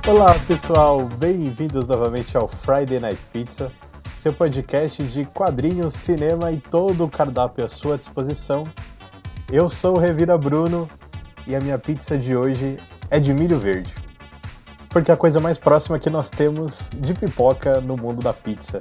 Olá pessoal, bem-vindos novamente ao Friday Night Pizza, seu podcast de quadrinhos, cinema e todo o cardápio à sua disposição. Eu sou o Revira Bruno e a minha pizza de hoje é de milho verde, porque é a coisa mais próxima que nós temos de pipoca no mundo da pizza.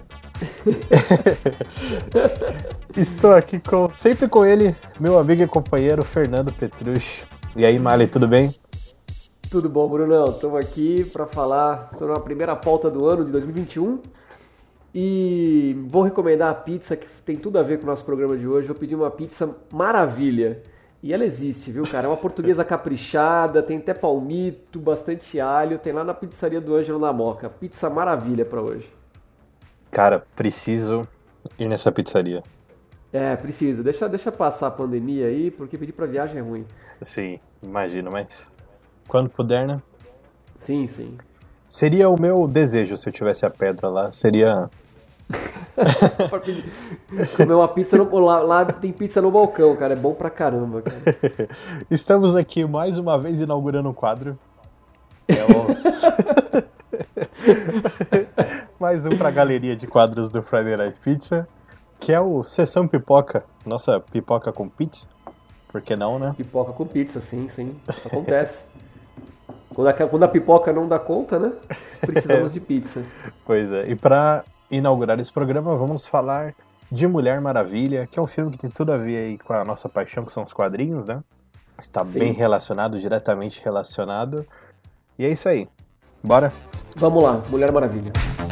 Estou aqui sempre com ele, meu amigo e companheiro Fernando Petrucci. E aí, Mali, tudo bem? Tudo bom, Brunão? Estamos aqui para falar sobre a primeira pauta do ano de 2021 e vou recomendar a pizza que tem tudo a ver com o nosso programa de hoje. Vou pedir uma pizza maravilha e ela existe, viu, cara? É uma portuguesa caprichada, tem até palmito, bastante alho, tem lá na pizzaria do Ângelo na Moca. Pizza maravilha para hoje. Cara, preciso ir nessa pizzaria. Precisa. Deixa passar a pandemia aí, porque pedir para viagem é ruim. Sim, imagino, mas quando puder, né? Sim, sim. Seria o meu desejo se eu tivesse a pedra lá, seria... Comer uma pizza lá tem pizza no balcão, cara, é bom pra caramba, cara. Estamos aqui mais uma vez inaugurando um quadro. Mais um pra galeria de quadros do Friday Night Pizza, que é o Sessão Pipoca, nossa pipoca com pizza, por que não, né? Pipoca com pizza, sim, acontece. Quando a pipoca não dá conta, né? Precisamos de pizza. Pois é, e pra inaugurar esse programa, vamos falar de Mulher Maravilha, que é um filme que tem tudo a ver aí com a nossa paixão, que são os quadrinhos, né? Está Sim. Bem relacionado, diretamente relacionado. E é isso aí. Bora? Vamos lá, Mulher Maravilha.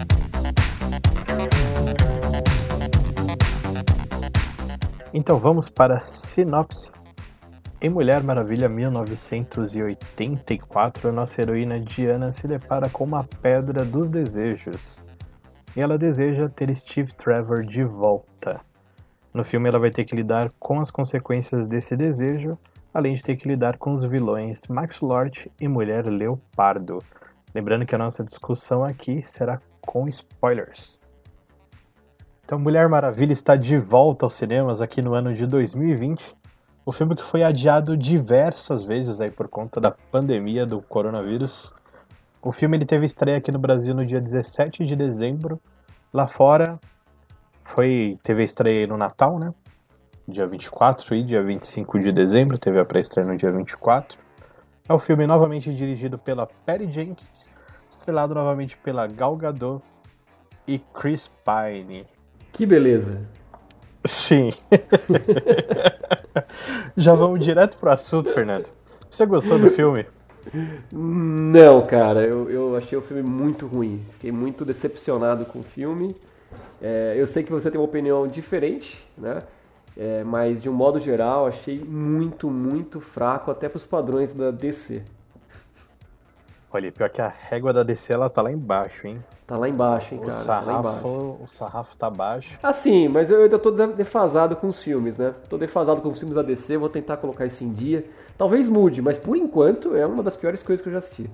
Então vamos para a sinopse. Em Mulher Maravilha 1984, a nossa heroína Diana se depara com uma pedra dos desejos. E ela deseja ter Steve Trevor de volta. No filme ela vai ter que lidar com as consequências desse desejo, além de ter que lidar com os vilões Max Lord e Mulher Leopardo. Lembrando que a nossa discussão aqui será com spoilers. Então, Mulher Maravilha está de volta aos cinemas aqui no ano de 2020. O filme que foi adiado diversas vezes aí por conta da pandemia do coronavírus. O filme ele teve estreia aqui no Brasil no dia 17 de dezembro. Lá fora teve a estreia no Natal, né? Dia 24 e dia 25 de dezembro. Teve a pré-estreia no dia 24. É o filme novamente dirigido pela Patty Jenkins, estrelado novamente pela Gal Gadot e Chris Pine. Que beleza! Sim. Já vamos direto pro assunto, Fernando. Você gostou do filme? Não, cara. Eu achei o filme muito ruim. Fiquei muito decepcionado com o filme. Eu sei que você tem uma opinião diferente, né? Mas de um modo geral, achei muito, muito fraco, até pros padrões da DC. Olha, pior que a régua da DC, ela tá lá embaixo, hein? Tá lá embaixo, hein, cara? O sarrafo tá baixo. Sim, mas eu ainda tô defasado com os filmes, né? Tô defasado com os filmes da DC, vou tentar colocar isso em dia. Talvez mude, mas por enquanto é uma das piores coisas que eu já assisti.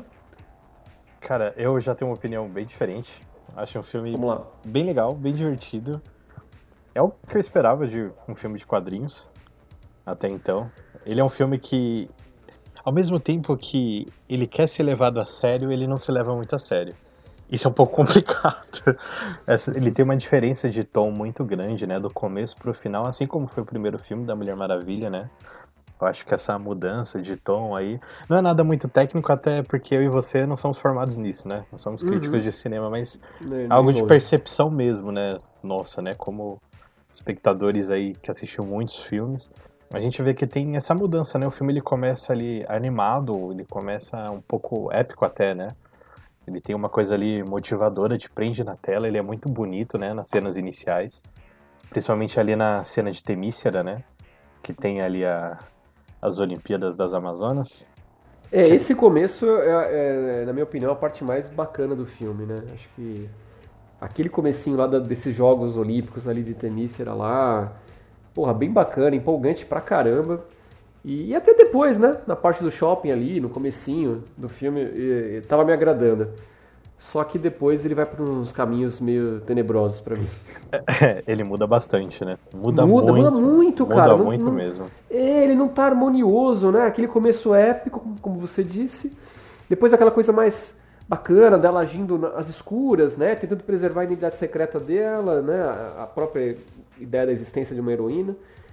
Cara, eu já tenho uma opinião bem diferente. Acho um filme bem legal, bem divertido. É o que eu esperava de um filme de quadrinhos, até então. Ele é um filme que, ao mesmo tempo que ele quer ser levado a sério, ele não se leva muito a sério. Isso é um pouco complicado. Ele tem uma diferença de tom muito grande, né? Do começo pro final, assim como foi o primeiro filme da Mulher Maravilha, né? Eu acho que essa mudança de tom aí... Não é nada muito técnico, até porque eu e você não somos formados nisso, né? Não somos críticos de cinema, mas algo de percepção mesmo, né? Nossa, né? Como espectadores aí que assistiu muitos filmes, a gente vê que tem essa mudança, né? O filme ele começa ali animado, ele começa um pouco épico até, né? Ele tem uma coisa ali motivadora, te prende na tela, ele é muito bonito, né? Nas cenas iniciais, principalmente ali na cena de Temícera, né? Que tem ali as Olimpíadas das Amazonas. Esse começo na minha opinião, a parte mais bacana do filme, né? Acho que aquele comecinho lá desses Jogos Olímpicos ali de Temícera lá, porra, bem bacana, empolgante pra caramba. E até depois, né? Na parte do shopping ali, no comecinho do filme, tava me agradando. Só que depois ele vai para uns caminhos meio tenebrosos pra mim. Ele muda bastante, né? Muda muito, cara. Muda muito mesmo. Ele não tá harmonioso, né? Aquele começo épico, como você disse. Depois aquela coisa mais bacana dela agindo às escuras, né? Tentando preservar a identidade secreta dela, né? A própria ideia da existência de uma heroína.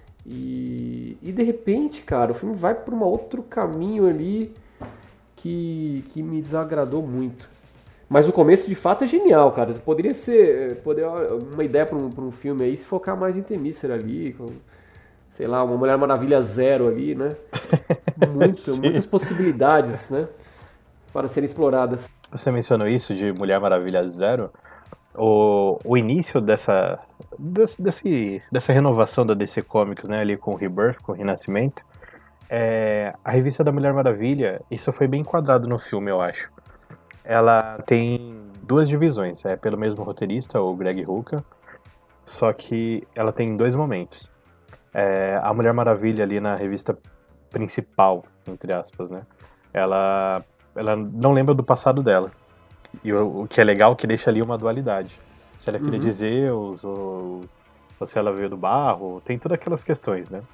E de repente, cara, o filme vai por um outro caminho ali que me desagradou muito. Mas o começo, de fato, é genial, cara. Poderia ser uma ideia para um filme aí se focar mais em Temícera ali, com, sei lá, uma Mulher Maravilha zero ali, né? Muitas possibilidades, né? Para serem exploradas. Você mencionou isso de Mulher Maravilha Zero. O início dessa renovação da DC Comics, né, ali com o Rebirth, com o Renascimento, a revista da Mulher Maravilha, isso foi bem enquadrado no filme, eu acho. Ela tem duas divisões, pelo mesmo roteirista, o Greg Rucka, só que ela tem dois momentos. A Mulher Maravilha ali na revista principal, entre aspas, né, ela não lembra do passado dela. E o que é legal, que deixa ali uma dualidade. Se ela é filha de Zeus, ou se ela veio do barro, tem todas aquelas questões, né?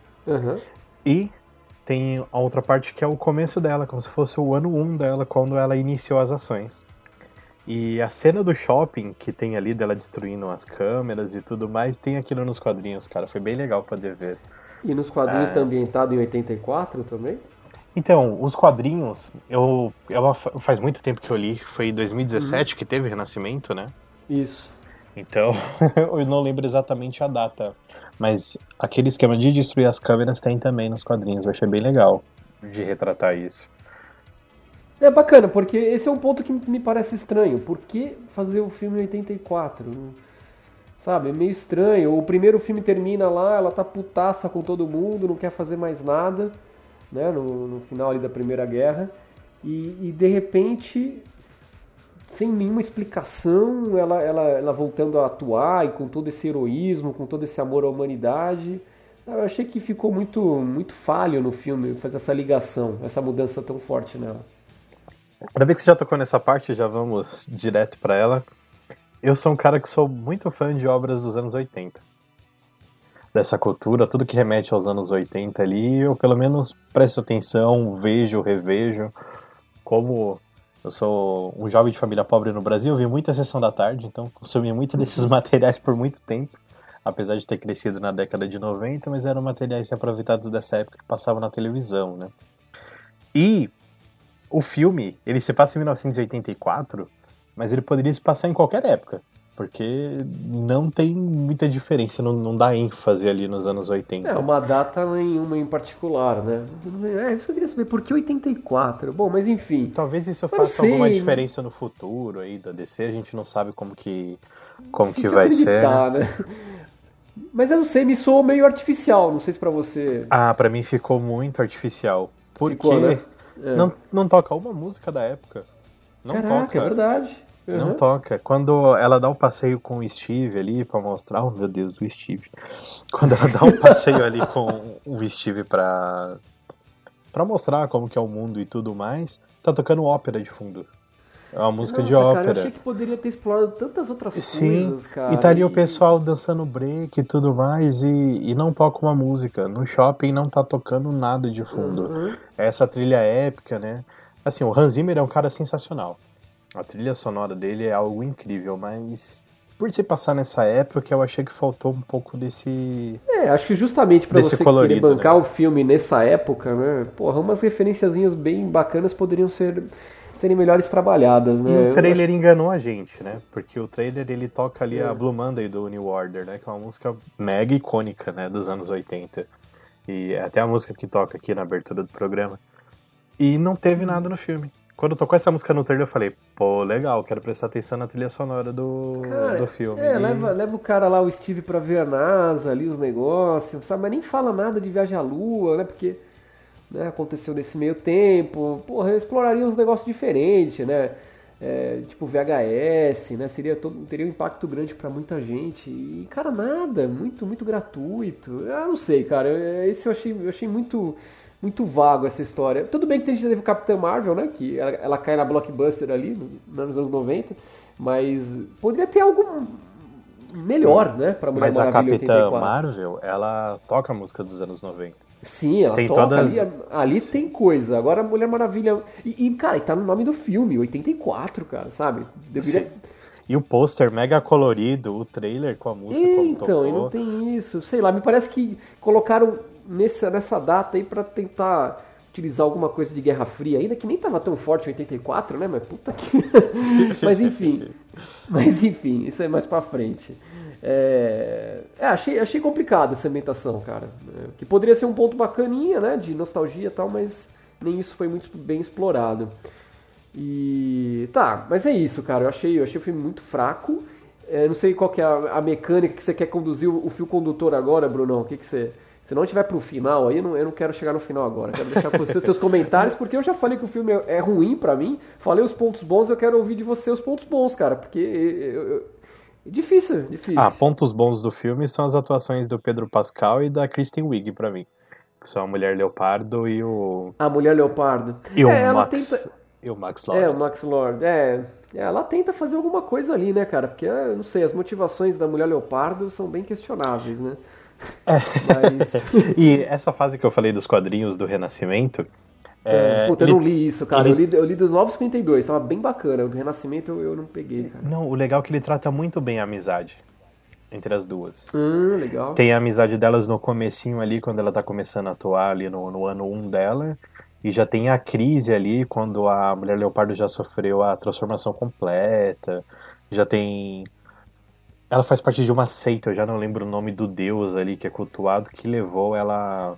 E tem a outra parte que é o começo dela, como se fosse o ano 1 dela, quando ela iniciou as ações. E a cena do shopping, que tem ali dela destruindo as câmeras e tudo mais, tem aquilo nos quadrinhos, cara. Foi bem legal poder ver. E nos quadrinhos está ambientado em 84 também? Então, os quadrinhos, faz muito tempo que eu li, foi em 2017 que teve Renascimento, né? Isso. Então, eu não lembro exatamente a data, mas aquele esquema de destruir as câmeras tem também nos quadrinhos, eu achei bem legal de retratar isso. É bacana, porque esse é um ponto que me parece estranho. Por que fazer o filme em 84? Sabe, é meio estranho. O primeiro filme termina lá, ela tá putaça com todo mundo, não quer fazer mais nada, né, no final ali da Primeira Guerra, e de repente, sem nenhuma explicação, ela voltando a atuar, e com todo esse heroísmo, com todo esse amor à humanidade. Eu achei que ficou muito, muito falho no filme fazer essa ligação, essa mudança tão forte nela. Ainda bem que você já tocou nessa parte, já vamos direto pra ela. Eu sou um cara que sou muito fã de obras dos anos 80. Dessa cultura, tudo que remete aos anos 80 ali, eu pelo menos presto atenção, vejo, revejo. Como eu sou um jovem de família pobre no Brasil, eu vi muita Sessão da Tarde, então consumi muito desses materiais por muito tempo, apesar de ter crescido na década de 90, mas eram materiais aproveitados dessa época que passavam na televisão, né? E o filme, ele se passa em 1984, mas ele poderia se passar em qualquer época. Porque não tem muita diferença, não dá ênfase ali nos anos 80. É, uma data nenhuma em particular, né? Isso que eu queria saber, por que 84? Bom, mas enfim. Talvez isso faça alguma diferença no futuro aí da DC, a gente não sabe como que vai ser. Né? Mas eu não sei, me soou meio artificial, não sei se pra você... Pra mim ficou muito artificial. Porque né? não toca uma música da época. Não Caraca, toca. É verdade. Não toca. Quando ela dá um passeio com o Steve ali pra mostrar... Oh, meu Deus, do Steve. Quando ela dá um passeio ali com o Steve pra mostrar como que é o mundo e tudo mais, tá tocando ópera de fundo. É uma música de ópera. Cara, eu achei que poderia ter explorado tantas outras coisas, cara. E tá ali o pessoal dançando break e tudo mais, e não toca uma música. No shopping não tá tocando nada de fundo. É essa trilha épica, né? Assim, o Hans Zimmer é um cara sensacional. A trilha sonora dele é algo incrível, mas por se passar nessa época, eu achei que faltou um pouco desse... acho que justamente pra você colorido, querer bancar, né, o filme nessa época, né? Porra, umas referenciazinhas bem bacanas poderiam serem melhores trabalhadas, né? E o trailer enganou a gente, né? Porque o trailer, ele toca ali a Blue Monday do New Order, né? Que é uma música mega icônica, né? Dos anos 80. E é até a música que toca aqui na abertura do programa. E não teve nada no filme. Quando tocou essa música no trailer, eu falei, pô, legal, quero prestar atenção na trilha sonora do filme. Leva o cara lá, o Steve, pra ver a NASA ali, os negócios, sabe? Mas nem fala nada de viagem à Lua, né? Porque... né, aconteceu nesse meio tempo, porra, eu exploraria uns negócios diferentes, né, tipo VHS, né, teria um impacto grande pra muita gente, e cara, nada, muito, muito gratuito, eu não sei, cara, esse eu achei muito, muito vago essa história. Tudo bem que a gente teve o Capitã Marvel, né, que ela cai na Blockbuster ali, nos anos 90, mas poderia ter algo melhor, né, pra Mulher Mas a Maravilha Capitã 84. Marvel, ela toca a música dos anos 90. Sim, ela Tem toca, todas... ali tem coisa. Agora a Mulher Maravilha... cara, e tá no nome do filme, 84, cara, sabe? Deveria... Sim. E o pôster mega colorido, o trailer com a música como tocou. E não tem isso. Sei lá, me parece que colocaram nessa data aí pra tentar utilizar alguma coisa de Guerra Fria, ainda que nem tava tão forte em 84, né? Mas puta que... Mas enfim, isso é mais pra frente. Achei complicado essa ambientação, cara. Que poderia ser um ponto bacaninha, né? De nostalgia e tal, mas nem isso foi muito bem explorado. E tá, mas é isso, cara. Eu achei o filme muito fraco. Não sei qual que é a mecânica que você quer conduzir o fio condutor agora, Brunão. O que você... Se não tiver pro final, aí eu não quero chegar no final agora. Quero deixar para os seus comentários, porque eu já falei que o filme é ruim pra mim. Falei os pontos bons, eu quero ouvir de você os pontos bons, cara. Porque difícil. Pontos bons do filme são as atuações do Pedro Pascal e da Kristen Wiig pra mim. Que são a Mulher Leopardo e o... A Mulher Leopardo. E o Max Lord. O Max Lord. Ela tenta fazer alguma coisa ali, né, cara? Porque, não sei, as motivações da Mulher Leopardo são bem questionáveis, né? Mas... E essa fase que eu falei dos quadrinhos do Renascimento... eu não li isso, cara. Eu li dos 952, tava bem bacana. O do Renascimento eu não peguei, cara. Não, o legal é que ele trata muito bem a amizade entre as duas. Legal. Tem a amizade delas no comecinho ali, quando ela tá começando a atuar ali no ano 1 dela. E já tem a crise ali, quando a Mulher Leopardo já sofreu a transformação completa. Já tem... Ela faz parte de uma seita, eu já não lembro o nome do deus ali que é cultuado, que levou ela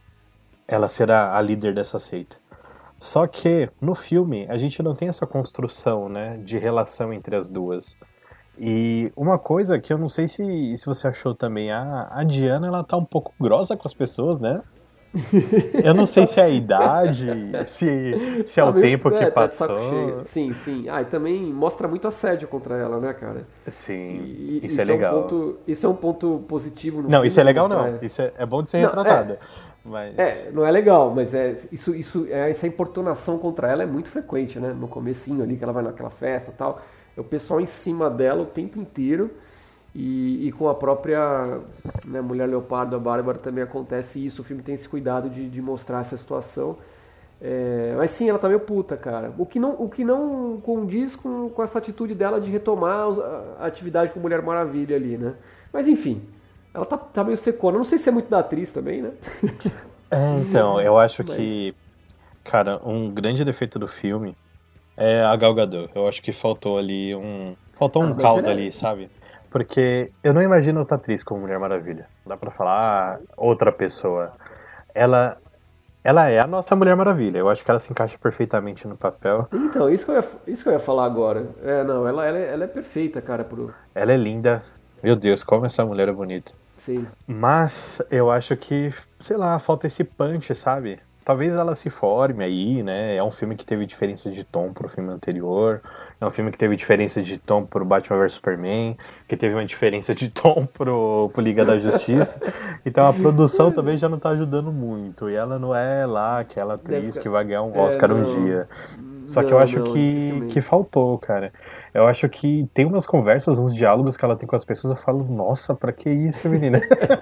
ser a líder dessa seita. Só que, no filme, a gente não tem essa construção, né, de relação entre as duas. E uma coisa que eu não sei se você achou também, a Diana, ela tá um pouco grossa com as pessoas, né? Eu não sei se é a idade, se é o tempo que passou. Sim. E também mostra muito assédio contra ela, né, cara? Sim, isso é legal. Isso é um ponto positivo no não, filme. Isso é legal não. Isso é bom de ser retratado. Mas... não é legal, mas essa importunação contra ela é muito frequente, né? No comecinho ali, que ela vai naquela festa e tal. É o pessoal em cima dela o tempo inteiro. E com a própria, né, Mulher Leopardo, a Bárbara, também acontece isso. O filme tem esse cuidado de mostrar essa situação. Mas sim, ela tá meio puta, cara. O que não condiz com essa atitude dela de retomar a atividade com Mulher Maravilha ali, né? Mas enfim, ela tá meio secona. Não sei se é muito da atriz também, né? Então, eu acho que, cara, um grande defeito do filme é a Gal Gadot. Eu acho que faltou ali um caldo ali, sabe? Porque eu não imagino outra atriz como Mulher Maravilha. Dá pra falar outra pessoa. Ela é a nossa Mulher Maravilha. Eu acho que ela se encaixa perfeitamente no papel. Então, isso que eu ia falar agora. Ela é perfeita, cara. Ela é linda. Meu Deus, como essa mulher é bonita. Sim. Mas eu acho que, sei lá, falta esse punch, sabe? Talvez ela se forme aí, né? É um filme que teve diferença de tom pro filme anterior. É um filme que teve diferença de tom pro Batman vs Superman. Que teve uma diferença de tom pro Liga da Justiça. Então a produção também já não tá ajudando muito. E ela não é lá aquela atriz que vai ganhar um Oscar um dia. Só que eu acho que faltou, cara. Eu acho que tem umas conversas, uns diálogos que ela tem com as pessoas. Eu falo, nossa, pra que isso, menina?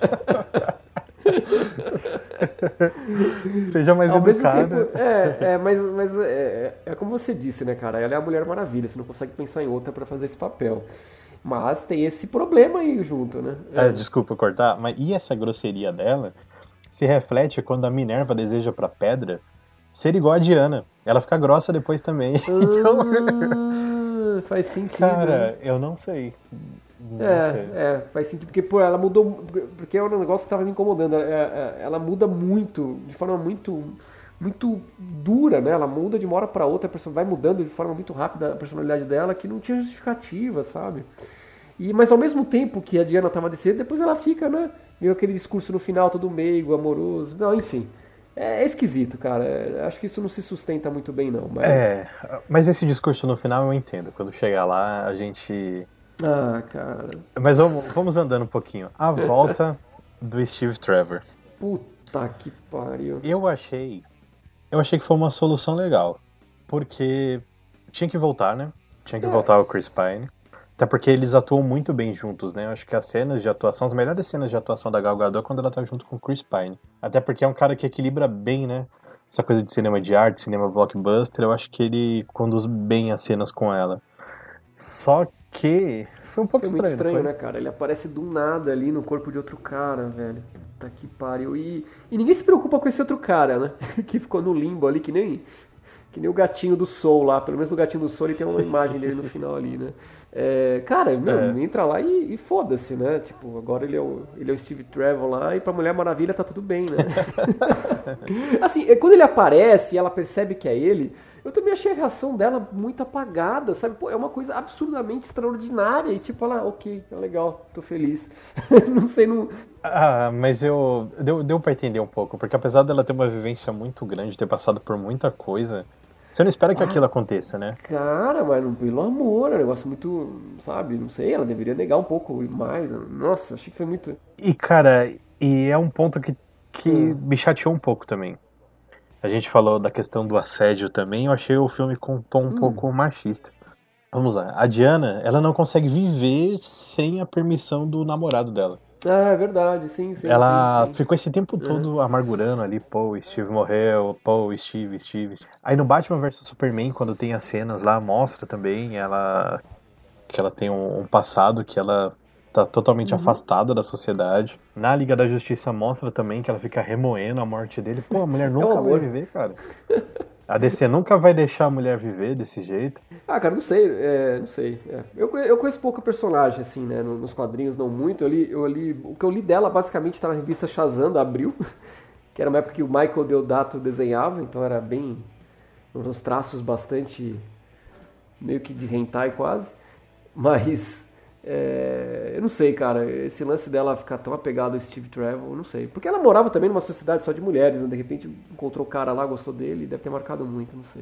Seja mais educada. Mas é como você disse, né, cara? Ela é a Mulher Maravilha, você não consegue pensar em outra pra fazer esse papel. Mas tem esse problema aí junto, né? Desculpa cortar, mas e essa grosseria dela se reflete quando a Minerva deseja pra Pedra ser igual a Diana. Ela fica grossa depois também. Então... faz sentido. Cara, eu não sei. Faz sentido, porque ela mudou, porque é um negócio que estava me incomodando. Ela muda muito, de forma muito dura, né? Ela muda de uma hora para outra, a pessoa vai mudando de forma muito rápida a personalidade dela, que não tinha justificativa, sabe? Mas ao mesmo tempo que a Diana estava decidida, depois ela fica, né? Meio aquele discurso no final, todo meigo, amoroso. Não, enfim. É esquisito, cara. Acho que isso não se sustenta muito bem, não. Mas esse discurso no final eu entendo. Quando chegar lá, a gente... cara... Mas vamos andando um pouquinho. A volta do Steve Trevor. Puta que pariu. Eu achei que foi uma solução legal. Porque tinha que voltar, né? Tinha que voltar o Chris Pine. Até porque eles atuam muito bem juntos, né? Eu acho que as cenas de atuação, as melhores cenas de atuação da Gal Gadot é quando ela tá junto com o Chris Pine. Até porque é um cara que equilibra bem, né? Essa coisa de cinema de arte, cinema blockbuster, eu acho que ele conduz bem as cenas com ela. Só que foi um pouco Foi muito estranho, estranho, não né, cara? Ele aparece do nada ali no corpo de outro cara, velho. Puta que pariu. E ninguém se preocupa com esse outro cara, né? Que ficou no limbo ali, que nem o gatinho do Soul lá. Pelo menos o gatinho do Soul ele tem uma imagem dele no final ali, né? Cara, meu, entra lá e foda-se, né? Tipo, agora ele é o Steve Trevor lá e pra Mulher Maravilha tá tudo bem, né? Assim, quando ele aparece e ela percebe que é ele, eu também achei a reação dela muito apagada, sabe? Pô, é uma coisa absurdamente extraordinária e tipo, ela, ok, é legal, tô feliz. Não sei, não... mas deu pra entender um pouco, porque apesar dela ter uma vivência muito grande, ter passado por muita coisa, você não espera que aquilo aconteça, né? Cara, mas pelo amor, é um negócio muito, sabe, não sei, ela deveria negar um pouco mais. Nossa, achei que foi muito... E, cara, é um ponto que me chateou um pouco também. A gente falou da questão do assédio também, eu achei o filme com um tom um pouco machista. Vamos lá, a Diana, ela não consegue viver sem a permissão do namorado dela. Ah, é verdade, sim. Ela ficou esse tempo todo amargurando ali, pô, Steve morreu, pô, Steve. Aí no Batman vs Superman, quando tem as cenas lá, mostra também que ela tem um passado, que ela tá totalmente afastada da sociedade. Na Liga da Justiça mostra também que ela fica remoendo a morte dele. Pô, a mulher nunca vai viver, cara. A DC nunca vai deixar a mulher viver desse jeito. Ah, cara, não sei, não sei. Eu conheço pouco o personagem, assim, né, nos quadrinhos, não muito. O que eu li dela, basicamente, tá na revista Shazam, da Abril, que era uma época que o Michael Deodato desenhava, então era bem... uns traços bastante... meio que de hentai quase. Mas... eu não sei, cara, esse lance dela ficar tão apegada ao Steve Trevor, eu não sei. Porque ela morava também numa sociedade só de mulheres, né? De repente encontrou o cara lá, gostou dele, deve ter marcado muito, não sei.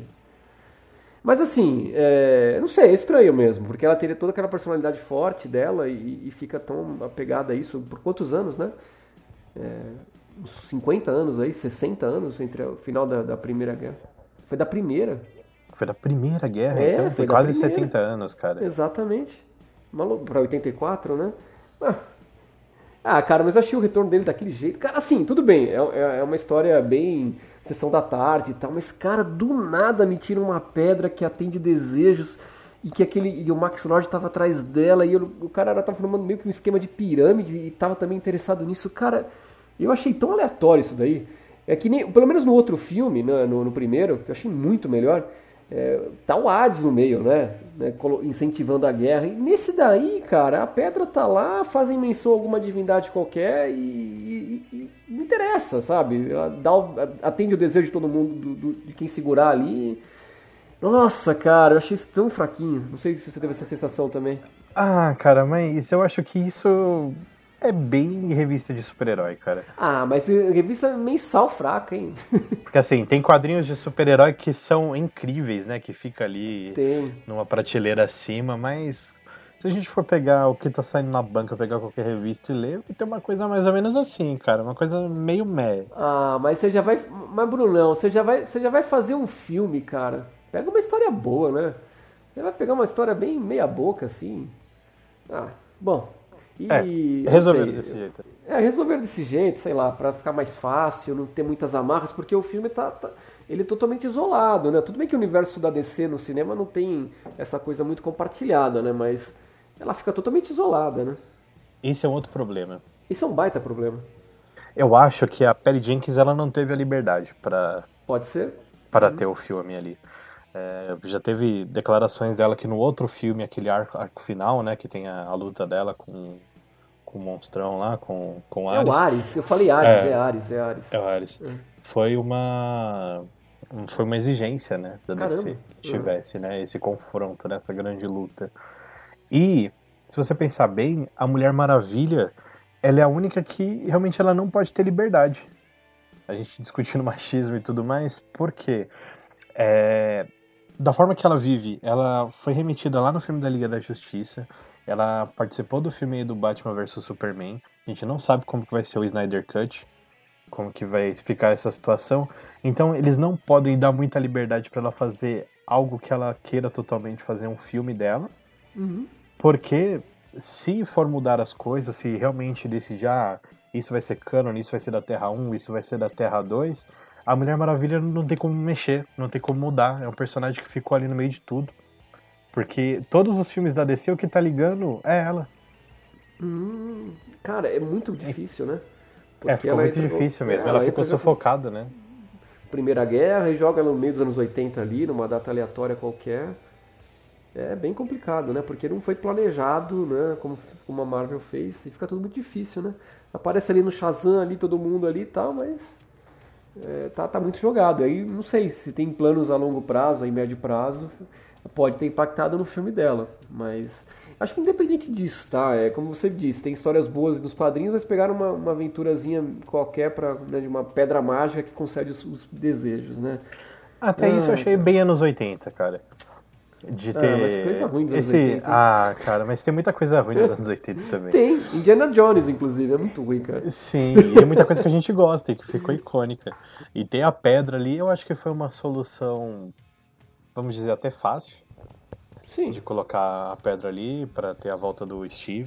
Mas assim, não sei, é estranho mesmo, porque ela teria toda aquela personalidade forte dela e fica tão apegada a isso por quantos anos, né? Uns 50 anos aí, 60 anos entre o final da Primeira Guerra. Foi da Primeira. Foi da Primeira Guerra, então foi quase 70 anos, cara. Exatamente. Pra 84, né? Cara, mas eu achei o retorno dele daquele jeito. Cara, assim, tudo bem, é uma história bem sessão da tarde e tal, mas, cara, do nada me tira uma pedra que atende desejos e que o Max Lord tava atrás dela e o cara tava formando meio que um esquema de pirâmide e tava também interessado nisso. Cara, eu achei tão aleatório isso daí. É que nem, pelo menos no outro filme, né, no primeiro, que eu achei muito melhor, tá o Hades no meio, né? Incentivando a guerra. E nesse daí, cara, a pedra tá lá, fazem menção a alguma divindade qualquer e não interessa, sabe? Ela atende o desejo de todo mundo, de quem segurar ali. Nossa, cara, eu achei isso tão fraquinho. Não sei se você teve essa sensação também. Cara, mas eu acho que isso é bem revista de super-herói, cara. Mas revista mensal fraca, hein? Porque assim, tem quadrinhos de super-herói que são incríveis, né? Que fica ali numa prateleira acima, mas se a gente for pegar o que tá saindo na banca, pegar qualquer revista e ler, vai ter uma coisa mais ou menos assim, cara. Uma coisa meio meh. Mas você já vai... Mas, Brunão, você já vai fazer um filme, cara. Pega uma história boa, né? Você vai pegar uma história bem meia boca, assim. Bom... resolveram desse jeito. Resolveram desse jeito, sei lá, pra ficar mais fácil, não ter muitas amarras, porque o filme ele é totalmente isolado, né? Tudo bem que o universo da DC no cinema não tem essa coisa muito compartilhada, né? Mas ela fica totalmente isolada, né? Esse é um outro problema. Isso é um baita problema. Eu acho que a Patty Jenkins ela não teve a liberdade Pode ser? Para ter o filme ali. Já teve declarações dela que no outro filme, aquele arco final, né, que tem a luta dela com o monstrão lá, com Ares. É o Ares, eu falei Ares, é Ares. É o Ares. Foi uma exigência, né, da DC que tivesse, né, esse confronto, nessa grande luta. E, se você pensar bem, a Mulher Maravilha, ela é a única que realmente ela não pode ter liberdade. A gente discutindo machismo e tudo mais, por quê? Da forma que ela vive, ela foi remetida lá no filme da Liga da Justiça, ela participou do filme do Batman vs Superman, a gente não sabe como que vai ser o Snyder Cut, como que vai ficar essa situação, então eles não podem dar muita liberdade para ela fazer algo que ela queira totalmente fazer um filme dela, Porque se for mudar as coisas, se realmente decidir, isso vai ser canon, isso vai ser da Terra 1, isso vai ser da Terra 2, a Mulher Maravilha não tem como mexer, não tem como mudar. É um personagem que ficou ali no meio de tudo. Porque todos os filmes da DC, o que tá ligando é ela. Cara, é muito difícil, né? Porque ficou muito difícil mesmo. Ela ficou sufocada, né? Primeira Guerra e joga no meio dos anos 80 ali, numa data aleatória qualquer. É bem complicado, né? Porque não foi planejado, né? Como a Marvel fez, e fica tudo muito difícil, né? Aparece ali no Shazam, ali, todo mundo ali e tal, mas tá muito jogado. Aí não sei se tem planos a longo prazo, a médio prazo, pode ter impactado no filme dela, mas acho que independente disso, tá? É como você disse, tem histórias boas nos quadrinhos, mas pegaram uma aventurazinha qualquer né, de uma pedra mágica que concede os desejos, né? Até isso eu achei bem anos 80, cara. De ter mas coisa ruim dos anos 80. Cara, mas tem muita coisa ruim dos anos 80 também. Tem, Indiana Jones, inclusive, é muito ruim, cara. Sim, e é muita coisa que a gente gosta e que ficou icônica. E tem a pedra ali, eu acho que foi uma solução, vamos dizer, até fácil. Sim. De colocar a pedra ali pra ter a volta do Steve.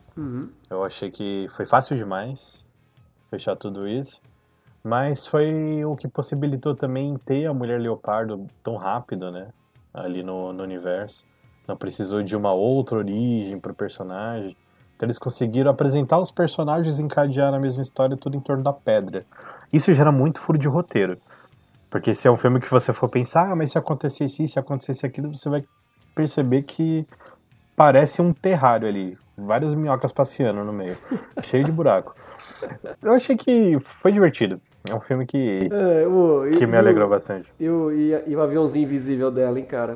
Eu achei que foi fácil demais fechar tudo isso. Mas foi o que possibilitou também ter a Mulher Leopardo tão rápido, né? Ali no universo. Não precisou de uma outra origem pro personagem. Então eles conseguiram apresentar os personagens e encadear na mesma história tudo em torno da pedra. Isso gera muito furo de roteiro. Porque se é um filme que você for pensar, mas se acontecesse isso, se acontecesse aquilo, você vai perceber que parece um terrário ali. Várias minhocas passeando no meio. Cheio de buraco. Eu achei que foi divertido. É um filme que me alegrou bastante. E o aviãozinho invisível dela, hein, cara?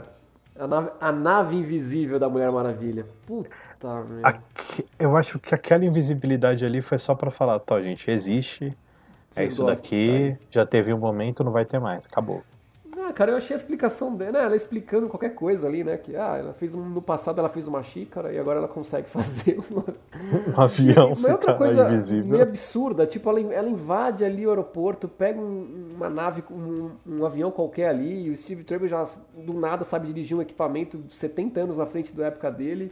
A nave invisível da Mulher Maravilha. Puta merda. Eu acho que aquela invisibilidade ali foi só pra falar, tá, gente, existe. É isso daqui, já teve um momento, não vai ter mais, acabou. Cara, eu achei a explicação dela, né? Ela explicando qualquer coisa ali, né? Que ela fez no passado ela fez uma xícara e agora ela consegue fazer um avião mas outra coisa invisível. Meio absurda, tipo, ela invade ali o aeroporto, pega uma nave, um avião qualquer ali, e o Steve Trevor já do nada sabe dirigir um equipamento 70 anos na frente da época dele.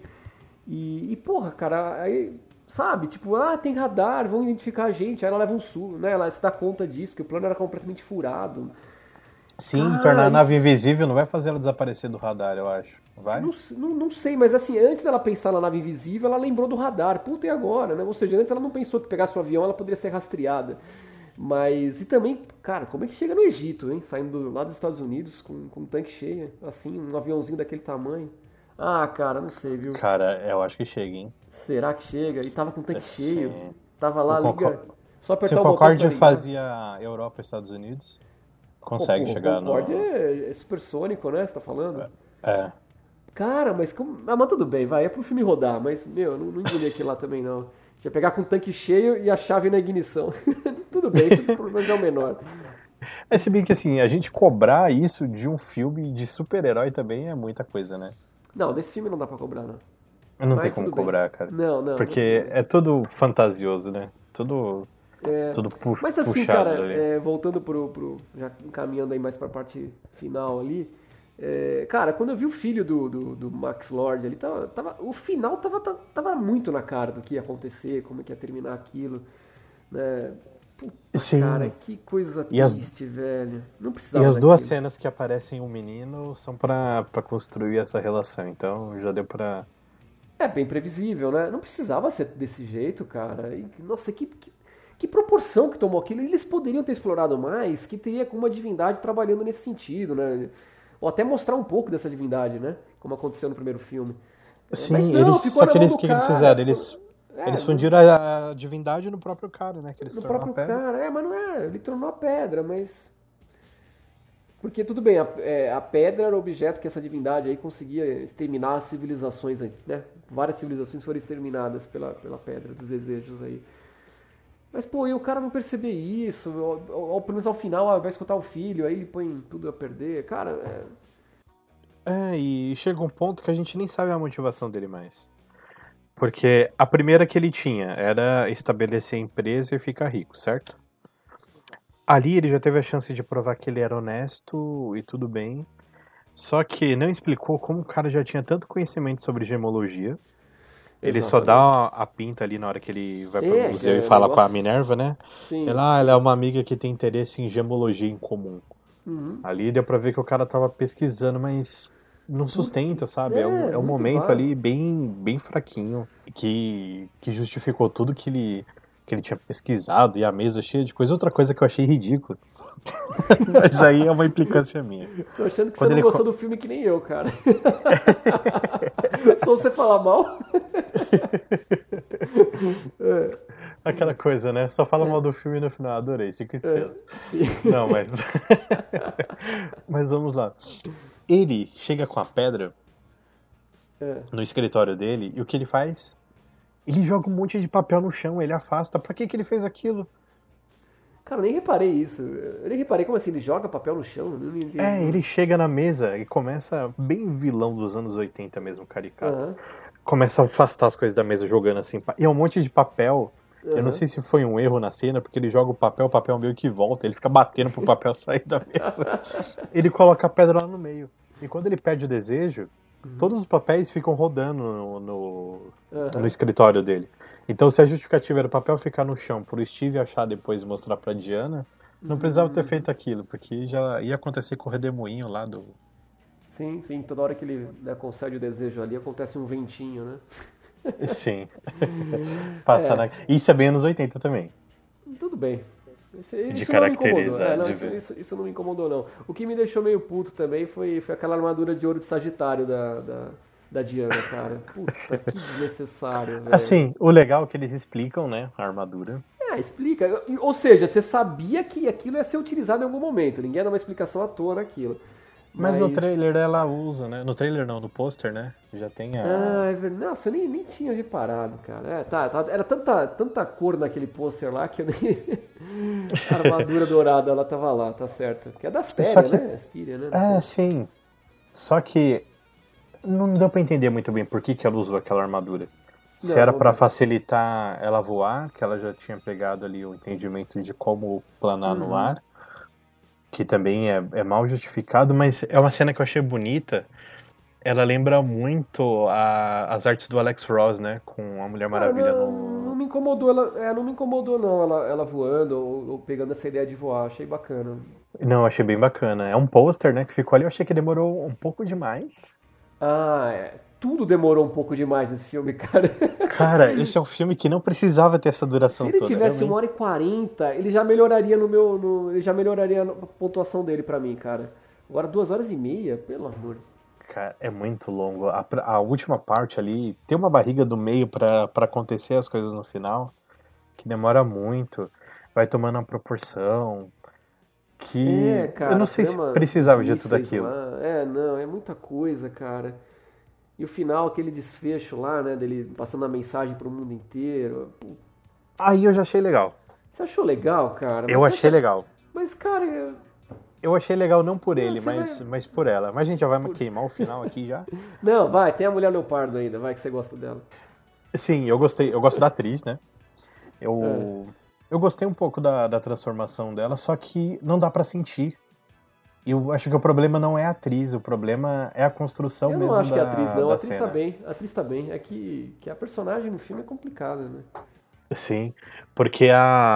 E porra, cara, aí, sabe, tipo, tem radar, vão identificar a gente, aí ela leva um susto, né? Ela se dá conta disso, que o plano era completamente furado. Sim, tornar a nave invisível não vai fazer ela desaparecer do radar, eu acho. Vai? Não sei, mas assim, antes dela pensar na nave invisível, ela lembrou do radar. Puta, e agora, né? Ou seja, antes ela não pensou que pegasse o avião, ela poderia ser rastreada. Mas, e também, cara, como é que chega no Egito, hein? Saindo lá dos Estados Unidos com um tanque cheio, assim, um aviãozinho daquele tamanho. Cara, não sei, viu? Cara, eu acho que chega, hein? Será que chega? E tava com o tanque cheio. Tava lá, só apertar o o botão. Se o Concorde fazia Europa e Estados Unidos, consegue chegar no... O Concorde é supersônico, né? Você tá falando? É. Cara, mas tudo bem, vai, é pro filme rodar, mas, meu, não engoli aquilo lá também, não. Já pegar com o tanque cheio e a chave na ignição. Tudo bem, esse problema é o menor. Se bem que, assim, a gente cobrar isso de um filme de super-herói também é muita coisa, né? Não, desse filme não dá pra cobrar, não. Não tem como cobrar, cara. Não. Porque é tudo fantasioso, né? Tudo puxado. Mas assim, cara, voltando já encaminhando aí mais pra parte final ali, cara, quando eu vi o filho do Max Lord ali, o final tava muito na cara do que ia acontecer, como que ia terminar aquilo, né? Puta, sim. Cara, que coisa triste, velho. Não precisava. E as duas cenas que aparecem um menino são pra construir essa relação, então já deu pra... É bem previsível, né? Não precisava ser desse jeito, cara. E, nossa, que proporção que tomou aquilo. Eles poderiam ter explorado mais, que teria uma divindade trabalhando nesse sentido, né? Ou até mostrar um pouco dessa divindade, né? Como aconteceu no primeiro filme. Sim, mas não, só que eles fizeram? Eles fundiram a divindade no próprio cara, né? Que eles no próprio cara, mas não é. Ele tornou a pedra, mas... Porque tudo bem, a pedra era o objeto que essa divindade aí conseguia exterminar as civilizações aí, né? Várias civilizações foram exterminadas pela pedra dos desejos aí. Mas, pô, e o cara não perceber isso, ou pelo menos ao final vai escutar o filho, aí ele põe tudo a perder, cara... e chega um ponto que a gente nem sabe a motivação dele mais. Porque a primeira que ele tinha era estabelecer a empresa e ficar rico, certo? Ali ele já teve a chance de provar que ele era honesto e tudo bem. Só que não explicou como o cara já tinha tanto conhecimento sobre gemologia. Ele só dá a pinta ali na hora que ele vai pro museu e fala com a Minerva, né? Sim. Ela é uma amiga que tem interesse em gemologia em comum. Uhum. Ali deu pra ver que o cara tava pesquisando, mas não sustenta, sabe? É um momento ali bem fraquinho, que justificou tudo que ele tinha pesquisado e a mesa cheia de coisa. Outra coisa que eu achei ridículo. Mas aí é uma implicância minha. Tô achando que você não gostou do filme que nem eu, cara. Só você falar mal. Aquela coisa, né? Só fala mal do filme no final. Adorei, 5 estrelas. Não, mas... Mas vamos lá. Ele chega com a pedra no escritório dele e o que ele faz? Ele joga um monte de papel no chão, ele afasta. Pra que ele fez aquilo? Cara, eu nem reparei isso. Eu nem reparei como assim, ele joga papel no chão? Ele chega na mesa e começa bem vilão dos anos 80 mesmo, caricato. Uhum. Começa a afastar as coisas da mesa jogando assim. E é um monte de papel. Eu não sei se foi um erro na cena, porque ele joga o papel meio que volta, ele fica batendo pro papel sair da mesa. Ele coloca a pedra lá no meio. E quando ele perde o desejo, todos os papéis ficam rodando no escritório dele. Então, se a justificativa era o papel ficar no chão pro Steve achar depois e mostrar pra Diana, não precisava ter feito aquilo, porque já ia acontecer com o redemoinho lá do... Sim, toda hora que ele concede o desejo ali, acontece um ventinho, né? Sim. Isso é bem anos 80 também. Tudo bem. De caracterizar. Isso não me incomodou, não. O que me deixou meio puto também foi aquela armadura de ouro de Sagitário da Diana, cara. Puta, que desnecessário, velho. Assim, o legal é que eles explicam, né, a armadura. Explica. Ou seja, você sabia que aquilo ia ser utilizado em algum momento. Ninguém dá uma explicação à toa naquilo. Mas no trailer ela usa, né? No trailer não, no pôster, né? Já tem a... é verdade. Nossa, eu nem tinha reparado, cara. Era tanta cor naquele pôster lá que eu nem... A armadura dourada, ela tava lá, tá certo. Que é da Astéria, né? Astíria, né? Sim. Só que não deu pra entender muito bem por que ela usou aquela armadura. Se era pra facilitar ela voar, que ela já tinha pegado ali o entendimento de como planar no ar, que também é mal justificado, mas é uma cena que eu achei bonita. Ela lembra muito as artes do Alex Ross, né? Com a Mulher Maravilha não me incomodou, não me incomodou não, ela voando ou pegando essa ideia de voar, achei bacana. Não, achei bem bacana. É um pôster, né, que ficou ali, eu achei que demorou um pouco demais. Tudo demorou um pouco demais nesse filme, cara. Cara, esse é um filme que não precisava ter essa duração toda. Se ele tivesse 1h40, ele já melhoraria ele já melhoraria a pontuação dele pra mim, cara. Agora 2h30, pelo amor. Cara, é muito longo. A última parte ali, tem uma barriga do meio pra acontecer as coisas no final, que demora muito, vai tomando uma proporção que... cara, eu não sei se precisava de tudo aquilo. Não, é muita coisa, cara. E o final, aquele desfecho lá, né, dele passando a mensagem pro mundo inteiro. Aí eu já achei legal. Você achou legal, cara? Eu achei legal. Mas, cara... Eu achei legal não por ele, mas por ela. Mas a gente já vai queimar o final aqui já. Não, vai, tem a Mulher Leopardo ainda, vai que você gosta dela. Sim, eu gosto da atriz, né? Eu gostei um pouco da transformação dela, só que não dá pra sentir. Eu acho que o problema não é a atriz, o problema é a construção mesmo da cena. Eu não acho que é a atriz, não. A atriz tá bem. É que a personagem no filme é complicada, né? Sim, porque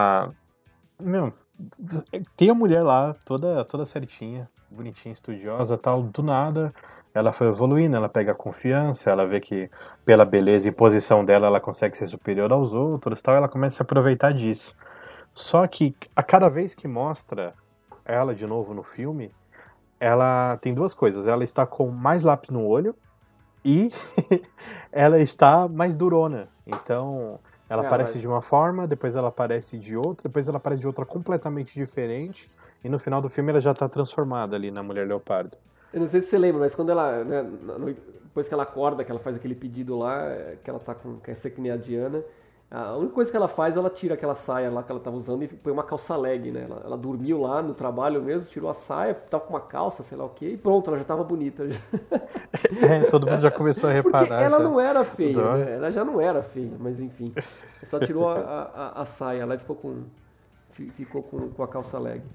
tem a mulher lá, toda certinha, bonitinha, estudiosa, tal, do nada, ela foi evoluindo, ela pega confiança, ela vê que pela beleza e posição dela, ela consegue ser superior aos outros, tal, ela começa a se aproveitar disso. Só que a cada vez que mostra ela de novo no filme, ela tem duas coisas, ela está com mais lápis no olho e ela está mais durona, então... Ela aparece de uma forma, depois ela aparece de outra, depois ela aparece de outra completamente diferente, e no final do filme ela já tá transformada ali na Mulher Leopardo. Eu não sei se você lembra, mas quando ela, né, depois que ela acorda, que ela faz aquele pedido lá, que ela quer ser que nem a Diana, a única coisa que ela faz, ela tira aquela saia lá que ela tava usando e põe uma calça leg, né? Ela dormiu lá no trabalho mesmo, tirou a saia, tava com uma calça, sei lá o quê, e pronto, ela já tava bonita. Todo mundo já começou a reparar. Porque ela não era feia, né? Ela já não era feia, mas enfim. Só tirou a saia lá e ficou com a calça leg.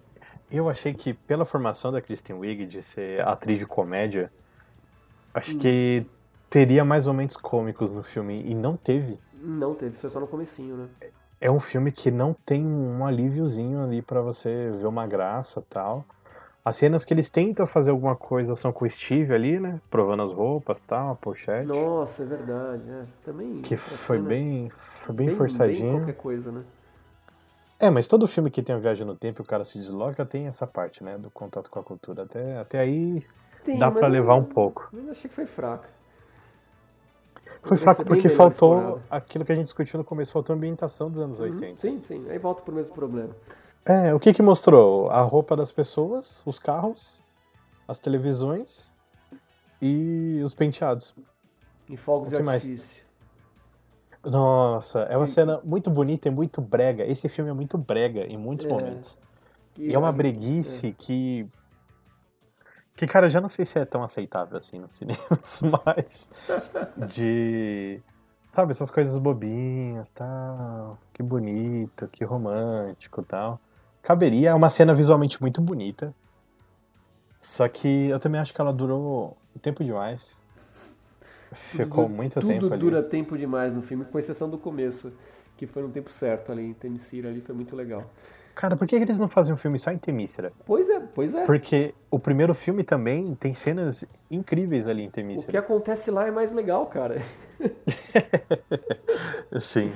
Eu achei que pela formação da Kristen Wiig de ser atriz de comédia, acho que teria mais momentos cômicos no filme e não teve. Não teve, foi só no comecinho, né? É um filme que não tem um alíviozinho ali pra você ver uma graça e tal. As cenas que eles tentam fazer alguma coisa são com o Steve ali, né? Provando as roupas e tal, a pochete. Nossa, é verdade. É. Também Que a foi cena bem bem forçadinho. qualquer coisa, né? É, mas todo filme que tem uma viagem no tempo e o cara se desloca tem essa parte, né? Do contato com a cultura. Até aí Tem, dá mas pra levar um pouco. eu achei que foi fraca. Foi Poderia ser fraco bem porque melhor faltou explorada. aquilo que a gente discutiu no começo, faltou a ambientação dos anos 80. Sim, sim. Aí volta pro mesmo problema. É, o que mostrou? A roupa das pessoas, os carros, as televisões e os penteados. E fogos O de que mais? artifício. Nossa, é uma Que, cena muito bonita e muito brega. Esse filme é muito brega em muitos é, momentos. E que, é uma breguice que, cara, eu já não sei se é tão aceitável assim nos cinemas, mas de, sabe, essas coisas bobinhas, tal, que bonito, que romântico, tal. Caberia, é uma cena visualmente muito bonita. Só que eu também acho que ela durou um tempo demais. Ficou muito tudo tempo ali. dura tempo demais no filme, com exceção do começo, que foi no tempo certo ali, em Temesira ali, foi muito legal. Cara, por que eles não fazem um filme só em Temícera? Pois é. Porque o primeiro filme também tem cenas incríveis ali em O que Temícera. acontece lá é mais legal, cara. Sim.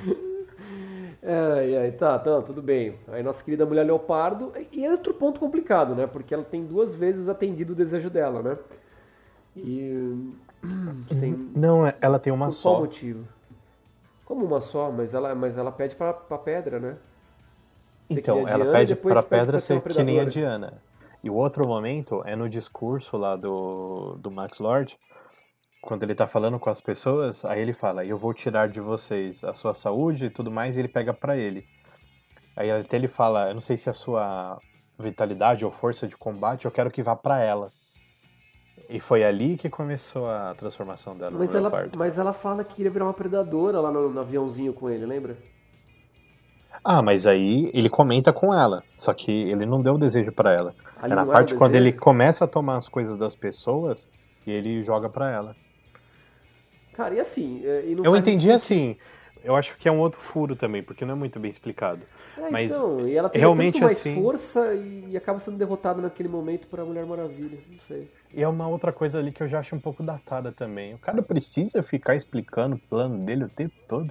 Tá, tudo bem. Aí nossa querida mulher leopardo. E é outro ponto complicado, né? Porque ela tem 2 vezes atendido o desejo dela, né? E. Sem, Não, ela tem uma por qual só. motivo? Como uma só, mas ela pede pra pedra, né? Você Então, queria ela Diana e pede depois pra pede pedra pra ser ser uma que nem a predadora. Diana. E o outro momento é no discurso lá do Max Lord, quando ele tá falando com as pessoas, aí ele fala, eu vou tirar de vocês a sua saúde e tudo mais, e ele pega pra ele. Aí até ele fala, eu não sei se é a sua vitalidade ou força de combate, eu quero que vá pra ela. E foi ali que começou a transformação dela no leopardo. Mas ela fala que queria virar uma predadora lá no aviãozinho com ele, lembra? Ah, mas aí ele comenta com ela, só que ele não deu o desejo pra ela. Ali É na não era o parte quando ele desejo? começa a tomar as coisas das pessoas e ele joga pra ela. Cara, e assim, e não Eu faz muito entendi sentido. assim, eu acho que é um outro furo também, porque não é muito bem explicado. Mas Então, e ela teria tanto realmente mais assim, força e acaba sendo derrotada naquele momento por a Mulher Maravilha, não sei. e é uma outra coisa ali que eu já acho um pouco datada também. O cara precisa ficar explicando o plano dele o tempo todo.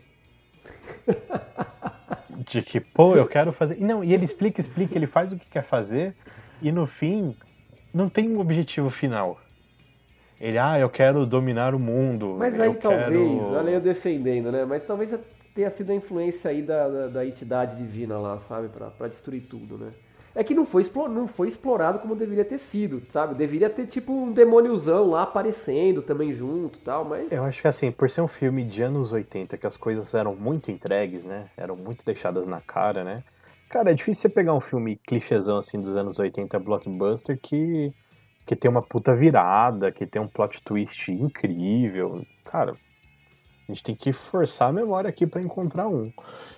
De que, pô, eu quero fazer. E não, e ele explica, ele faz o que quer fazer, e no fim, não tem um objetivo final. Ele, eu quero dominar o mundo, Mas eu aí talvez, olha eu quero. defendendo, né? Mas talvez já tenha sido a influência aí da entidade divina lá, sabe? Pra destruir tudo, né? É que não foi explorado como deveria ter sido, sabe? Deveria ter tipo um demôniozão lá aparecendo também junto e tal, mas. Eu acho que assim, por ser um filme de anos 80, que as coisas eram muito entregues, né? Eram muito deixadas na cara, né? Cara, é difícil você pegar um filme clichêzão assim dos anos 80 blockbuster que tem uma puta virada, que tem um plot twist incrível. Cara, a gente tem que forçar a memória aqui pra encontrar um.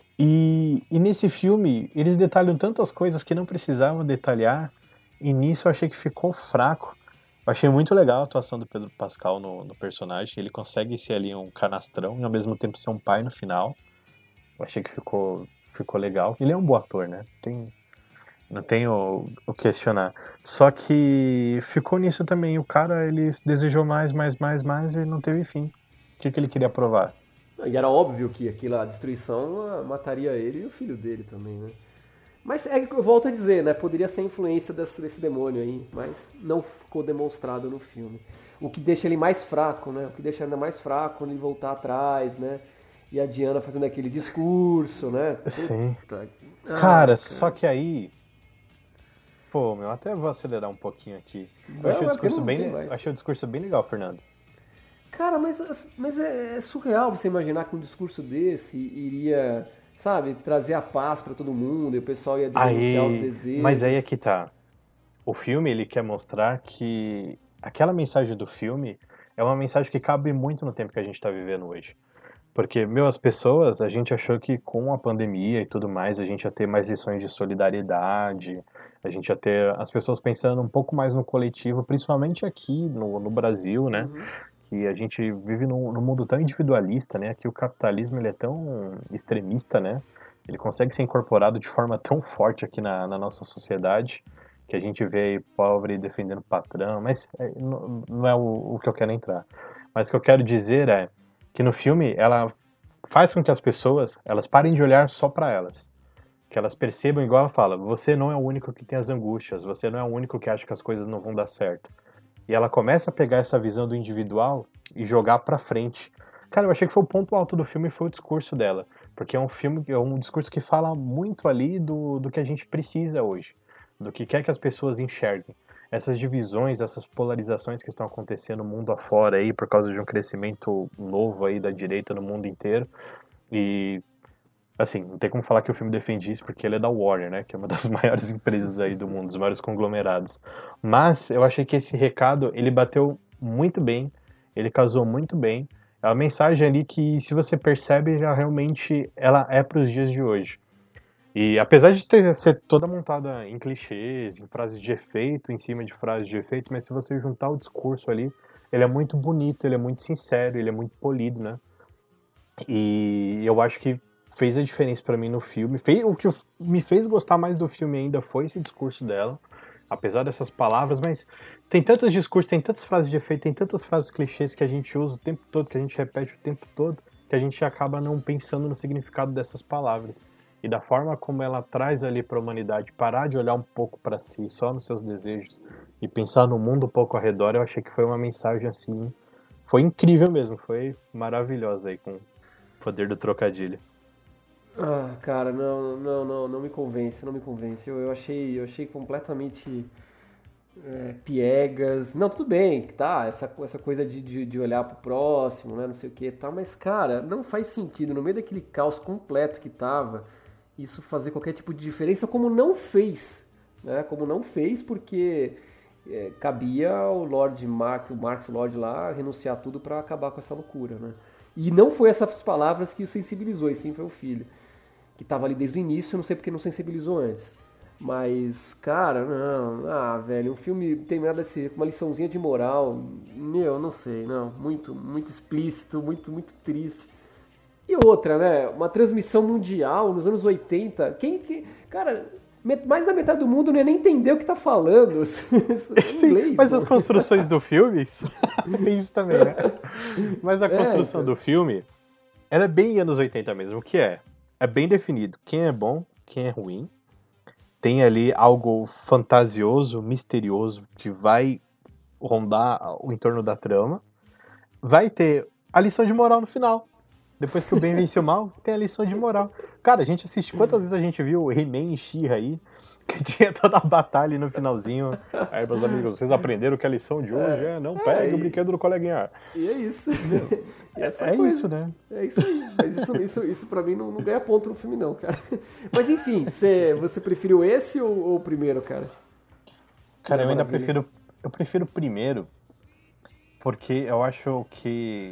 E nesse filme, eles detalham tantas coisas que não precisavam detalhar, e nisso eu achei que ficou fraco. Eu achei muito legal a atuação do Pedro Pascal no personagem. Ele consegue ser ali um canastrão e ao mesmo tempo ser um pai no final. Eu achei que ficou legal. Ele é um bom ator, né? Não tem o questionar. Só que ficou nisso também. O cara, ele desejou mais e não teve fim. O que ele queria provar? E era óbvio que aquela destruição mataria ele e o filho dele também, né? Mas é que eu volto a dizer, né? Poderia ser a influência desse demônio aí, mas não ficou demonstrado no filme. O que deixa ele mais fraco, né? O que deixa ele ainda mais fraco quando ele voltar atrás, né? E a Diana fazendo aquele discurso, né? Sim. Puta. Cara, só que aí. Pô, meu, até vou acelerar um pouquinho aqui. Eu achei o Não, é porque discurso não tem mais. achei o discurso bem legal, Fernando. Cara, mas é surreal você imaginar que um discurso desse iria, sabe, trazer a paz pra todo mundo e o pessoal ia denunciar os Mas aí é desejos. que tá. O filme, ele quer mostrar que aquela mensagem do filme é uma mensagem que cabe muito no tempo que a gente tá vivendo hoje. Porque, meu, as pessoas, a gente achou que com a pandemia e tudo mais, a gente ia ter mais lições de solidariedade, A gente ia ter as pessoas pensando um pouco mais no coletivo, principalmente aqui no Brasil, né? Que a gente vive num mundo tão individualista, né? Que o capitalismo ele é tão extremista, né? Ele consegue ser incorporado de forma tão forte aqui na nossa sociedade que a gente vê aí pobre defendendo patrão, mas não é o que eu quero entrar. Mas o que eu quero dizer é que no filme ela faz com que as pessoas elas parem de olhar só para elas, que elas percebam, igual ela fala, você não é o único que tem as angústias, você não é o único que acha que as coisas não vão dar certo. E ela começa a pegar essa visão do individual e jogar pra frente. Cara, eu achei que foi o ponto alto do filme, foi o discurso dela, porque é um discurso que fala muito ali do que a gente precisa hoje, do que quer que as pessoas enxerguem. Essas divisões, essas polarizações que estão acontecendo no mundo afora aí por causa de um crescimento novo aí da direita no mundo inteiro. E assim, não tem como falar que o filme defende isso porque ele é da Warner, né? Que é uma das maiores empresas aí do mundo, dos maiores conglomerados. Mas eu achei que esse recado, ele bateu muito bem, ele casou muito bem. É uma mensagem ali que, se você percebe, já realmente ela é para os dias de hoje. E apesar de ser toda montada em clichês, em frases de efeito, em cima de frases de efeito, mas se você juntar o discurso ali, ele é muito bonito, ele é muito sincero, ele é muito polido, né? E eu acho que fez a diferença pra mim no filme. O que me fez gostar mais do filme ainda foi esse discurso dela, apesar dessas palavras, mas tem tantos discursos, tem tantas frases de efeito, tem tantas frases clichês que a gente usa o tempo todo, que a gente repete o tempo todo, que a gente acaba não pensando no significado dessas palavras. E da forma como ela traz ali pra humanidade, parar de olhar um pouco pra si, só nos seus desejos, e pensar no mundo um pouco ao redor, eu achei que foi uma mensagem assim, foi incrível mesmo, foi maravilhosa aí com o poder do trocadilho. Ah, cara, não me convence, não me convence. Eu achei completamente piegas. Não, tudo bem, tá, essa coisa de olhar pro próximo, né, não sei o que, tá, mas, cara, não faz sentido, no meio daquele caos completo que tava, isso fazer qualquer tipo de diferença, como não fez, né, como não fez, porque cabia ao o Marx Lord lá, renunciar tudo pra acabar com essa loucura, né. E não foi essas palavras que o sensibilizou, e sim foi o filho, que tava ali desde o início, eu não sei porque não sensibilizou antes. Mas, cara, não. Velho, um filme terminado assim, com uma liçãozinha de moral, meu, não sei, não. Muito, muito explícito, muito, muito triste. E outra, né? Uma transmissão mundial nos anos 80. Cara, mais da metade do mundo não ia nem entender o que tá falando. Sim, inglês, mas as construções do filme. É isso também, né? Mas a construção do filme, ela é bem anos 80 mesmo. O que é? É bem definido quem é bom, quem é ruim. Tem ali algo fantasioso, misterioso, que vai rondar o entorno da trama. Vai ter a lição de moral no final. Depois que o bem vence o mal, tem a lição de moral. Cara, a gente assiste... Quantas vezes a gente viu o He-Man e She-Ra aí, que tinha toda a batalha no finalzinho. Aí, meus amigos, vocês aprenderam que a lição de hoje não pegue o brinquedo do coleguinha. E é isso. Isso, né? É isso aí. Mas isso pra mim não ganha ponto no filme, não, cara. Mas enfim, você preferiu esse ou o primeiro, cara? Cara, eu ainda prefiro o primeiro, porque eu acho que,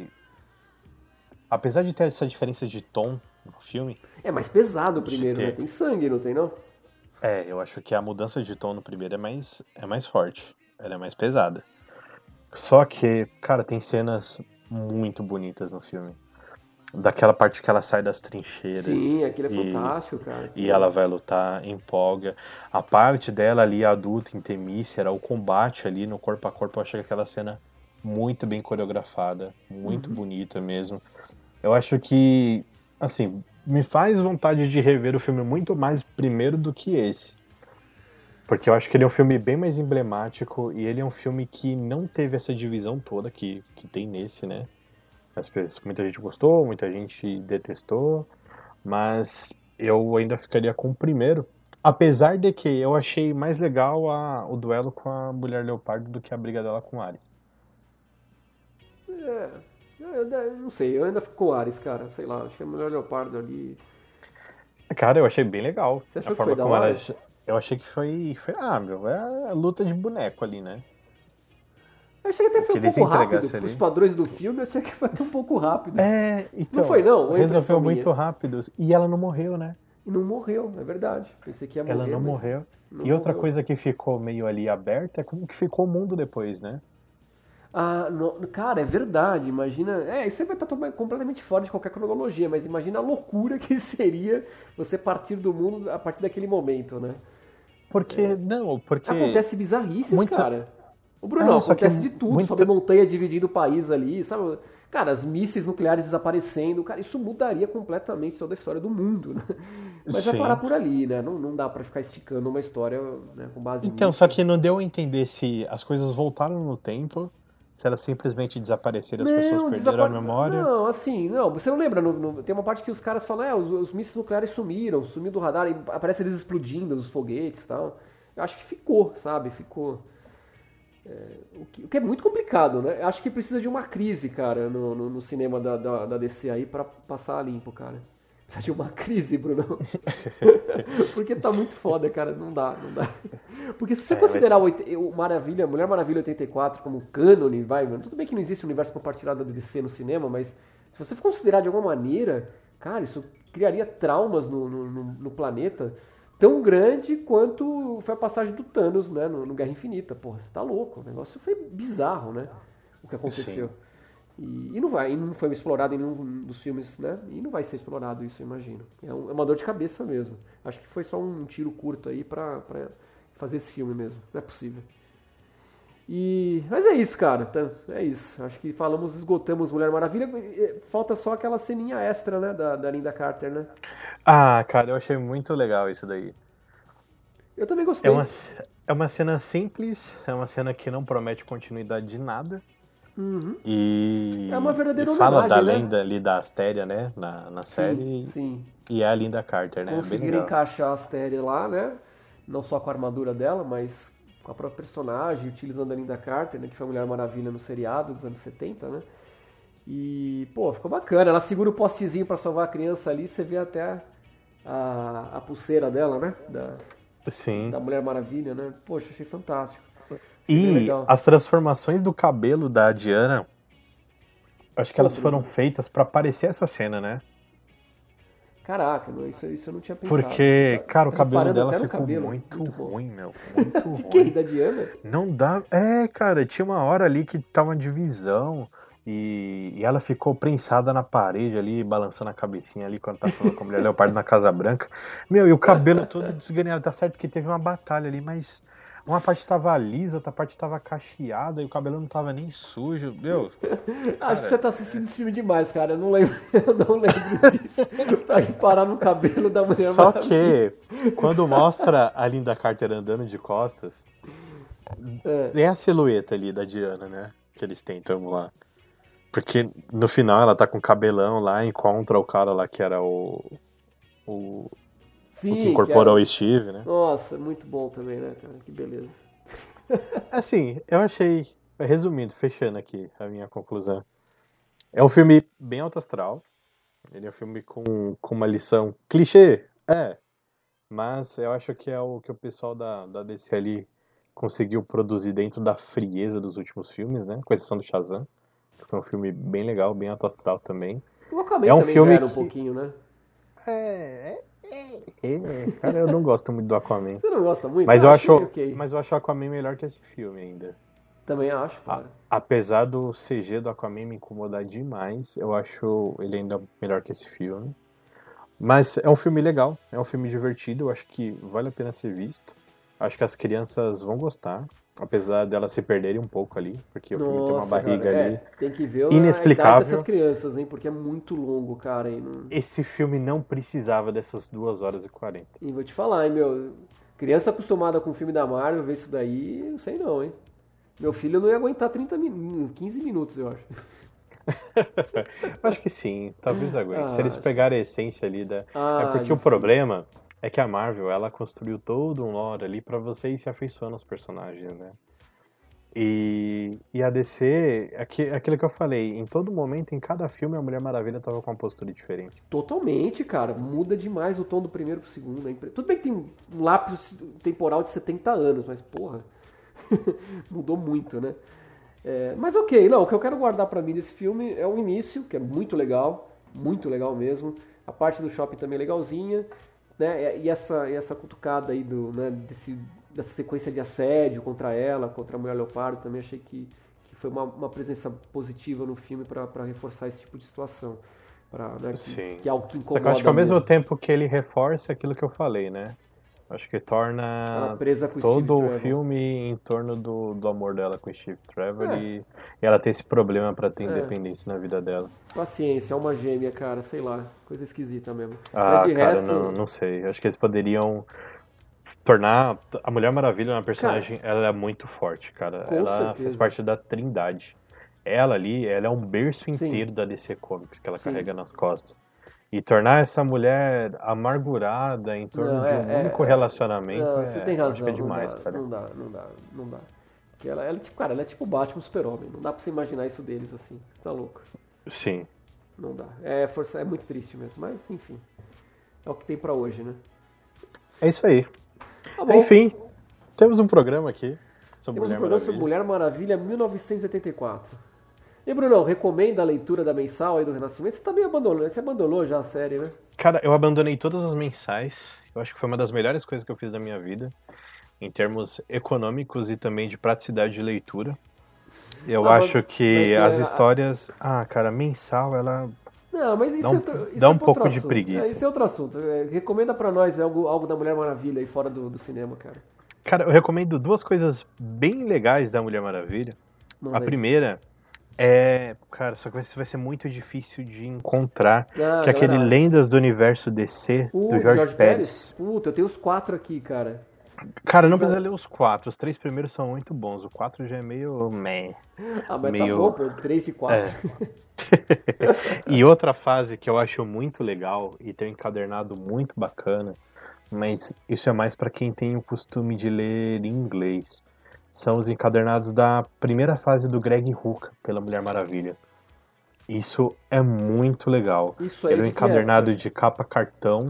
apesar de ter essa diferença de tom no filme... É mais pesado o primeiro, né? Tem sangue, não tem, não? Eu acho que a mudança de tom no primeiro é mais forte. Ela é mais pesada. Só que, cara, tem cenas muito bonitas no filme. Daquela parte que ela sai das trincheiras. Sim, aquilo é fantástico, cara. E ela vai lutar, empolga. A parte dela ali, adulta, em Temícera, o combate ali no corpo a corpo, eu achei aquela cena muito bem coreografada, muito bonita mesmo. Eu acho que, assim, me faz vontade de rever o filme muito mais primeiro do que esse. Porque eu acho que ele é um filme bem mais emblemático e ele é um filme que não teve essa divisão toda que tem nesse, né? Muita gente gostou, muita gente detestou, mas eu ainda ficaria com o primeiro. Apesar de que eu achei mais legal o duelo com a Mulher Leopardo do que a briga dela com o Ares. Eu não sei, eu ainda fico com o Ares, cara. Sei lá, acho que a Mulher Leopardo ali... Cara, eu achei bem legal. Você achou que foi da hora? Eu achei que foi... é a luta de boneco ali, né? Eu achei que até foi um pouco rápido. Para os padrões do filme, eu achei que foi até um pouco rápido. Então. Não foi, não? Resolveu muito rápido. E ela não morreu, né? E não morreu, é verdade. Pensei que ia morrer. Ela não morreu. E outra coisa que ficou meio ali aberta é como que ficou o mundo depois, né? Cara, é verdade. Imagina. Isso aí vai estar completamente fora de qualquer cronologia, mas imagina a loucura que seria você partir do mundo a partir daquele momento, né? Porque acontece bizarrices, cara. O Bruno, acontece de tudo. Sobe montanha dividindo o país ali, sabe? Cara, as mísseis nucleares desaparecendo, cara, isso mudaria completamente toda a história do mundo, né? Mas vai parar por ali, né? Não dá pra ficar esticando uma história, né, com base nisso. Então, só que não deu a entender se as coisas voltaram no tempo, se elas simplesmente desapareceram, as pessoas perderam a memória. Não, assim, não. Você não lembra? Tem uma parte que os caras falam, os mísseis nucleares sumiu do radar, e aparece eles explodindo, os foguetes e tal. Eu acho que ficou, sabe? Ficou. O que é muito complicado, né? Acho que precisa de uma crise, cara, no cinema da DC aí pra passar a limpo, cara. Precisa de uma crise, Bruno. Porque tá muito foda, cara. Não dá. Porque se você considerar o Mulher Maravilha 84 como cânone, tudo bem que não existe um universo compartilhado da DC no cinema, mas se você for considerar de alguma maneira, cara, isso criaria traumas no planeta tão grande quanto foi a passagem do Thanos, né, no Guerra Infinita. Porra, você tá louco. O negócio foi bizarro, né? O que aconteceu. Sim. E não foi explorado em nenhum dos filmes, né? E não vai ser explorado isso, eu imagino. É uma dor de cabeça mesmo. Acho que foi só um tiro curto aí pra fazer esse filme mesmo. Não é possível. Mas é isso, cara. É isso. Acho que esgotamos Mulher Maravilha. Falta só aquela ceninha extra, né? Da Linda Carter, né? Ah, cara, eu achei muito legal isso daí. Eu também gostei. É uma cena simples, é uma cena que não promete continuidade de nada. Uhum. E é uma verdadeira fala homenagem, da né? lenda ali da Astéria, né? Na série. Sim. E é a Linda Carter, né? Conseguiram encaixar a Astéria lá, né? Não só com a armadura dela, mas com a própria personagem, utilizando a Linda Carter, né? Que foi a Mulher Maravilha no seriado dos anos 70, né? E, pô, ficou bacana. Ela segura o postezinho pra salvar a criança ali, você vê até a pulseira dela, né? Da Mulher Maravilha, né? Poxa, achei fantástico. E as transformações do cabelo da Diana, acho que elas foram feitas pra parecer essa cena, né? Caraca, isso eu não tinha pensado. Porque, cara, o cabelo dela ficou muito ruim, meu. Muito ruim. De quem? Da Diana? Não dá. Cara, tinha uma hora ali que tava uma divisão e ela ficou prensada na parede ali, balançando a cabecinha ali quando tá falando com a Mulher Leopardo na Casa Branca. Meu, e o cabelo todo desganhado. Tá certo que teve uma batalha ali, mas uma parte tava lisa, outra parte tava cacheada e o cabelo não tava nem sujo. Meu. Acho que você tá assistindo esse filme demais, cara. Eu não lembro disso. Pra parar no cabelo da Mulher Só Maravilha. que, quando mostra a Linda Carter andando de costas, é a silhueta ali da Diana, né? Que eles tentam lá. Porque no final ela tá com cabelão lá, encontra o cara lá que era o que incorporou o Steve, né? Nossa, muito bom também, né, cara? Que beleza. Assim, eu achei, resumindo, fechando aqui a minha conclusão, é um filme bem alto astral, ele é um filme com uma lição clichê, mas eu acho que é o que o pessoal da DC ali conseguiu produzir dentro da frieza dos últimos filmes, né? Com exceção do Shazam, que foi um filme bem legal, bem alto astral também. O Aquaman também filme já era um pouquinho, né? Cara, eu não gosto muito do Aquaman. Você não gosta muito? Mas eu acho o Aquaman melhor que esse filme ainda. Também acho, cara. Apesar do CG do Aquaman me incomodar demais, eu acho ele ainda melhor que esse filme. Mas é um filme legal, é um filme divertido, eu acho que vale a pena ser visto. Acho que as crianças vão gostar, apesar delas se perderem um pouco ali, porque o filme tem uma barriga ali tem que ver inexplicável. A idade dessas crianças, hein, porque é muito longo, cara. Esse filme não precisava dessas 2h40. E vou te falar, hein, meu, criança acostumada com o filme da Marvel, ver isso daí, não sei não, hein. Meu filho não ia aguentar 15 minutos, eu acho. Acho que sim, talvez aguente. Se eles pegarem a essência ali porque o problema é que a Marvel, ela construiu todo um lore ali pra você ir se afeiçoando aos personagens, né? E a DC, aquilo que eu falei, em todo momento, em cada filme, a Mulher Maravilha tava com uma postura diferente. Totalmente, cara. Muda demais o tom do primeiro pro segundo. Tudo bem que tem um lapso temporal de 70 anos, mas porra, mudou muito, né? Mas ok, não, o que eu quero guardar pra mim desse filme é o início, que é muito legal mesmo. A parte do shopping também é legalzinha. né? E essa cutucada aí né, dessa sequência de assédio contra ela, contra a Mulher Leopardo, também achei que foi uma presença positiva no filme para reforçar esse tipo de situação. Né, que é algo que incomoda. Só que eu acho que ao mesmo tempo que ele reforça aquilo que eu falei, né? Acho que torna todo o filme em torno do amor dela com o Steve Trevor e ela tem esse problema pra ter independência na vida dela. Paciência, é uma gêmea, cara, sei lá, coisa esquisita mesmo. Mas de cara, resto... não sei. Acho que eles poderiam tornar a Mulher Maravilha uma personagem, cara, ela é muito forte, cara. Ela faz parte da Trindade. Ela ali, ela é um berço inteiro da DC Comics que ela carrega nas costas. E tornar essa mulher amargurada em torno de um único relacionamento você tem razão, acho que é demais, cara. Não dá. Porque ela é tipo o Batman, o Super-Homem. Não dá pra você imaginar isso deles assim. Você tá louco. Sim. Não dá. É muito triste mesmo. Mas, enfim. É o que tem pra hoje, né? É isso aí. Tá, enfim, temos um programa aqui sobre Mulher Maravilha. Sobre Mulher Maravilha 1984. E, Brunão, recomenda a leitura da mensal aí do Renascimento? Você também abandonou já a série, né? Cara, eu abandonei todas as mensais. Eu acho que foi uma das melhores coisas que eu fiz da minha vida, em termos econômicos e também de praticidade de leitura. Eu acho que as histórias... cara, mensal, ela... Não, mas isso dá um pouco de preguiça. Isso é outro assunto. Recomenda pra nós algo da Mulher Maravilha aí fora do cinema, cara. Cara, eu recomendo duas coisas bem legais da Mulher Maravilha. A primeira... cara, só que vai ser muito difícil de encontrar, que é aquele Lendas do Universo DC, do Jorge Pérez. Puta, eu tenho os 4 aqui, cara. Cara, não precisa ler os 4, os 3 primeiros são muito bons, o 4 já é meio meh. Mas tá bom, pô, 3 de 4. E outra fase que eu acho muito legal, e tem um encadernado muito bacana, mas isso é mais pra quem tem o costume de ler em inglês. São os encadernados da primeira fase do Greg Rucka pela Mulher Maravilha. Isso é muito legal. Ele é um encadernado de capa cartão.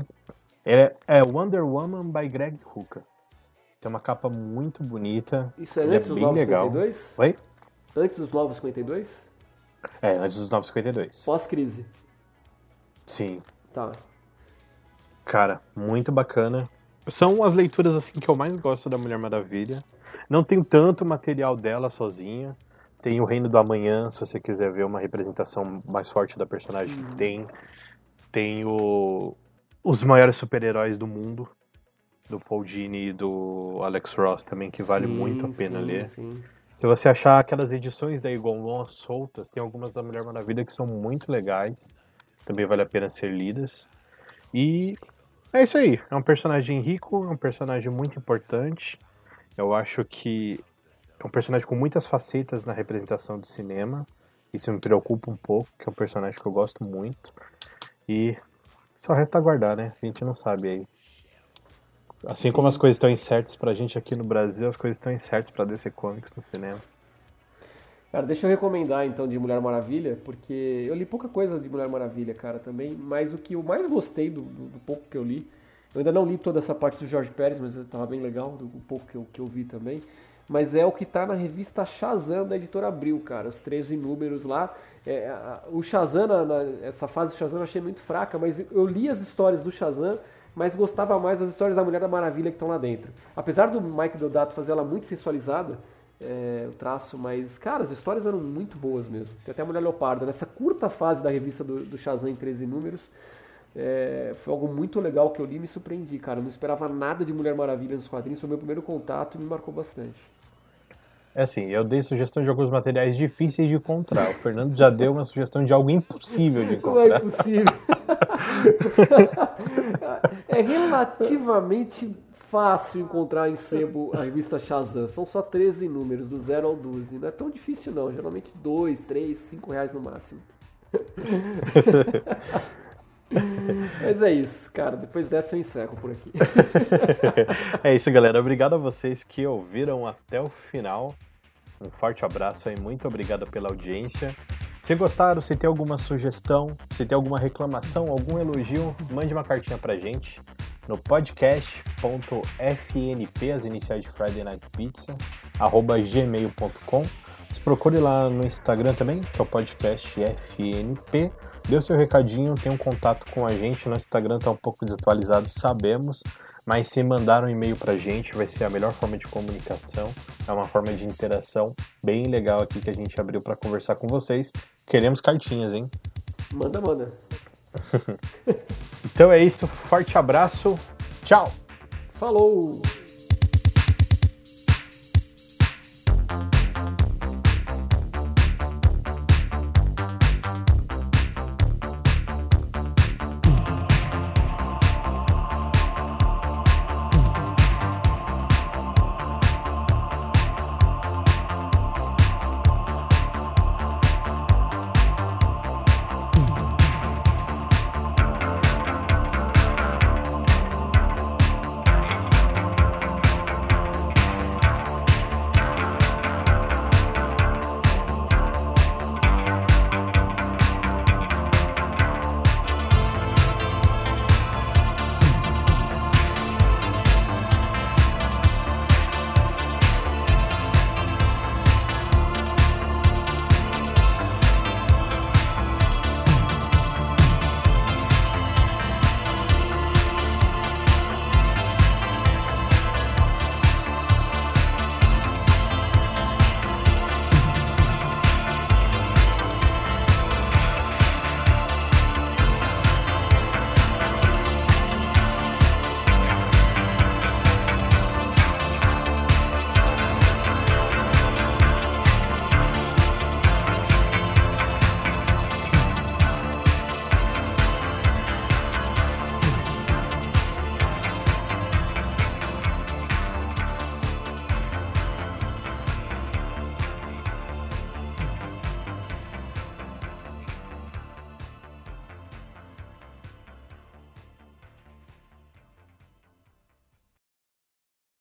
É Wonder Woman by Greg Rucka. Tem uma capa muito bonita. Isso é antes dos Novos 52? Oi? Antes dos Novos 52? Antes dos Novos 52. Pós-crise. Sim. Tá. Cara, muito bacana. São as leituras assim que eu mais gosto da Mulher Maravilha. Não tem tanto material dela sozinha. Tem o Reino do Amanhã, se você quiser ver uma representação mais forte da personagem que tem. Tem os maiores super-heróis do mundo, do Paul Dini e do Alex Ross também, que vale muito a pena ler. Sim. Se você achar aquelas edições da Egon Long soltas, tem algumas da Mulher Maravilha que são muito legais. Também vale a pena ser lidas. E é isso aí. É um personagem rico, é um personagem muito importante. Eu acho que é um personagem com muitas facetas na representação do cinema. Isso me preocupa um pouco, que é um personagem que eu gosto muito. E só resta aguardar, né? A gente não sabe aí. Assim como as coisas estão incertas pra gente aqui no Brasil, as coisas estão incertas pra DC Comics no cinema. Cara, deixa eu recomendar então de Mulher Maravilha, porque eu li pouca coisa de Mulher Maravilha, cara, também. Mas o que eu mais gostei do pouco que eu li, eu ainda não li toda essa parte do Jorge Pérez, mas estava bem legal, do pouco que eu vi também. Mas é o que tá na revista Shazam da Editora Abril, cara. Os 13 números lá. O Shazam, essa fase do Shazam eu achei muito fraca, mas eu li as histórias do Shazam, mas gostava mais das histórias da Mulher Maravilha que estão lá dentro. Apesar do Mike Deodato fazer ela muito sensualizada, o traço, mas, cara, as histórias eram muito boas mesmo. Tem até a Mulher Leopardo. Nessa curta fase da revista do Shazam em 13 números, foi algo muito legal que eu li e me surpreendi, cara. Eu não esperava nada de Mulher Maravilha nos quadrinhos, foi o meu primeiro contato e me marcou bastante. Assim, eu dei sugestão de alguns materiais difíceis de encontrar. O Fernando já deu uma sugestão de algo impossível de encontrar. Não é impossível. É relativamente fácil encontrar em sebo a revista Shazam. São só 13 números, do 0 ao 12. Não é tão difícil não, geralmente 2, 3, 5 reais no máximo. Mas é isso, cara. Depois dessa eu encerro por aqui. É isso, galera. Obrigado a vocês que ouviram até o final. Um forte abraço aí. Muito obrigado pela audiência. Se gostaram, se tem alguma sugestão, se tem alguma reclamação, algum elogio, mande uma cartinha pra gente no podcast.fnp, as iniciais de Friday Night Pizza, @gmail.com. Se procure lá no Instagram também, que é o podcast FNP. Deu seu recadinho, tem um contato com a gente. Nosso Instagram tá um pouco desatualizado, sabemos. Mas se mandar um e-mail pra gente, vai ser a melhor forma de comunicação. É uma forma de interação bem legal aqui que a gente abriu para conversar com vocês. Queremos cartinhas, hein? Manda. Então é isso, forte abraço, tchau! Falou!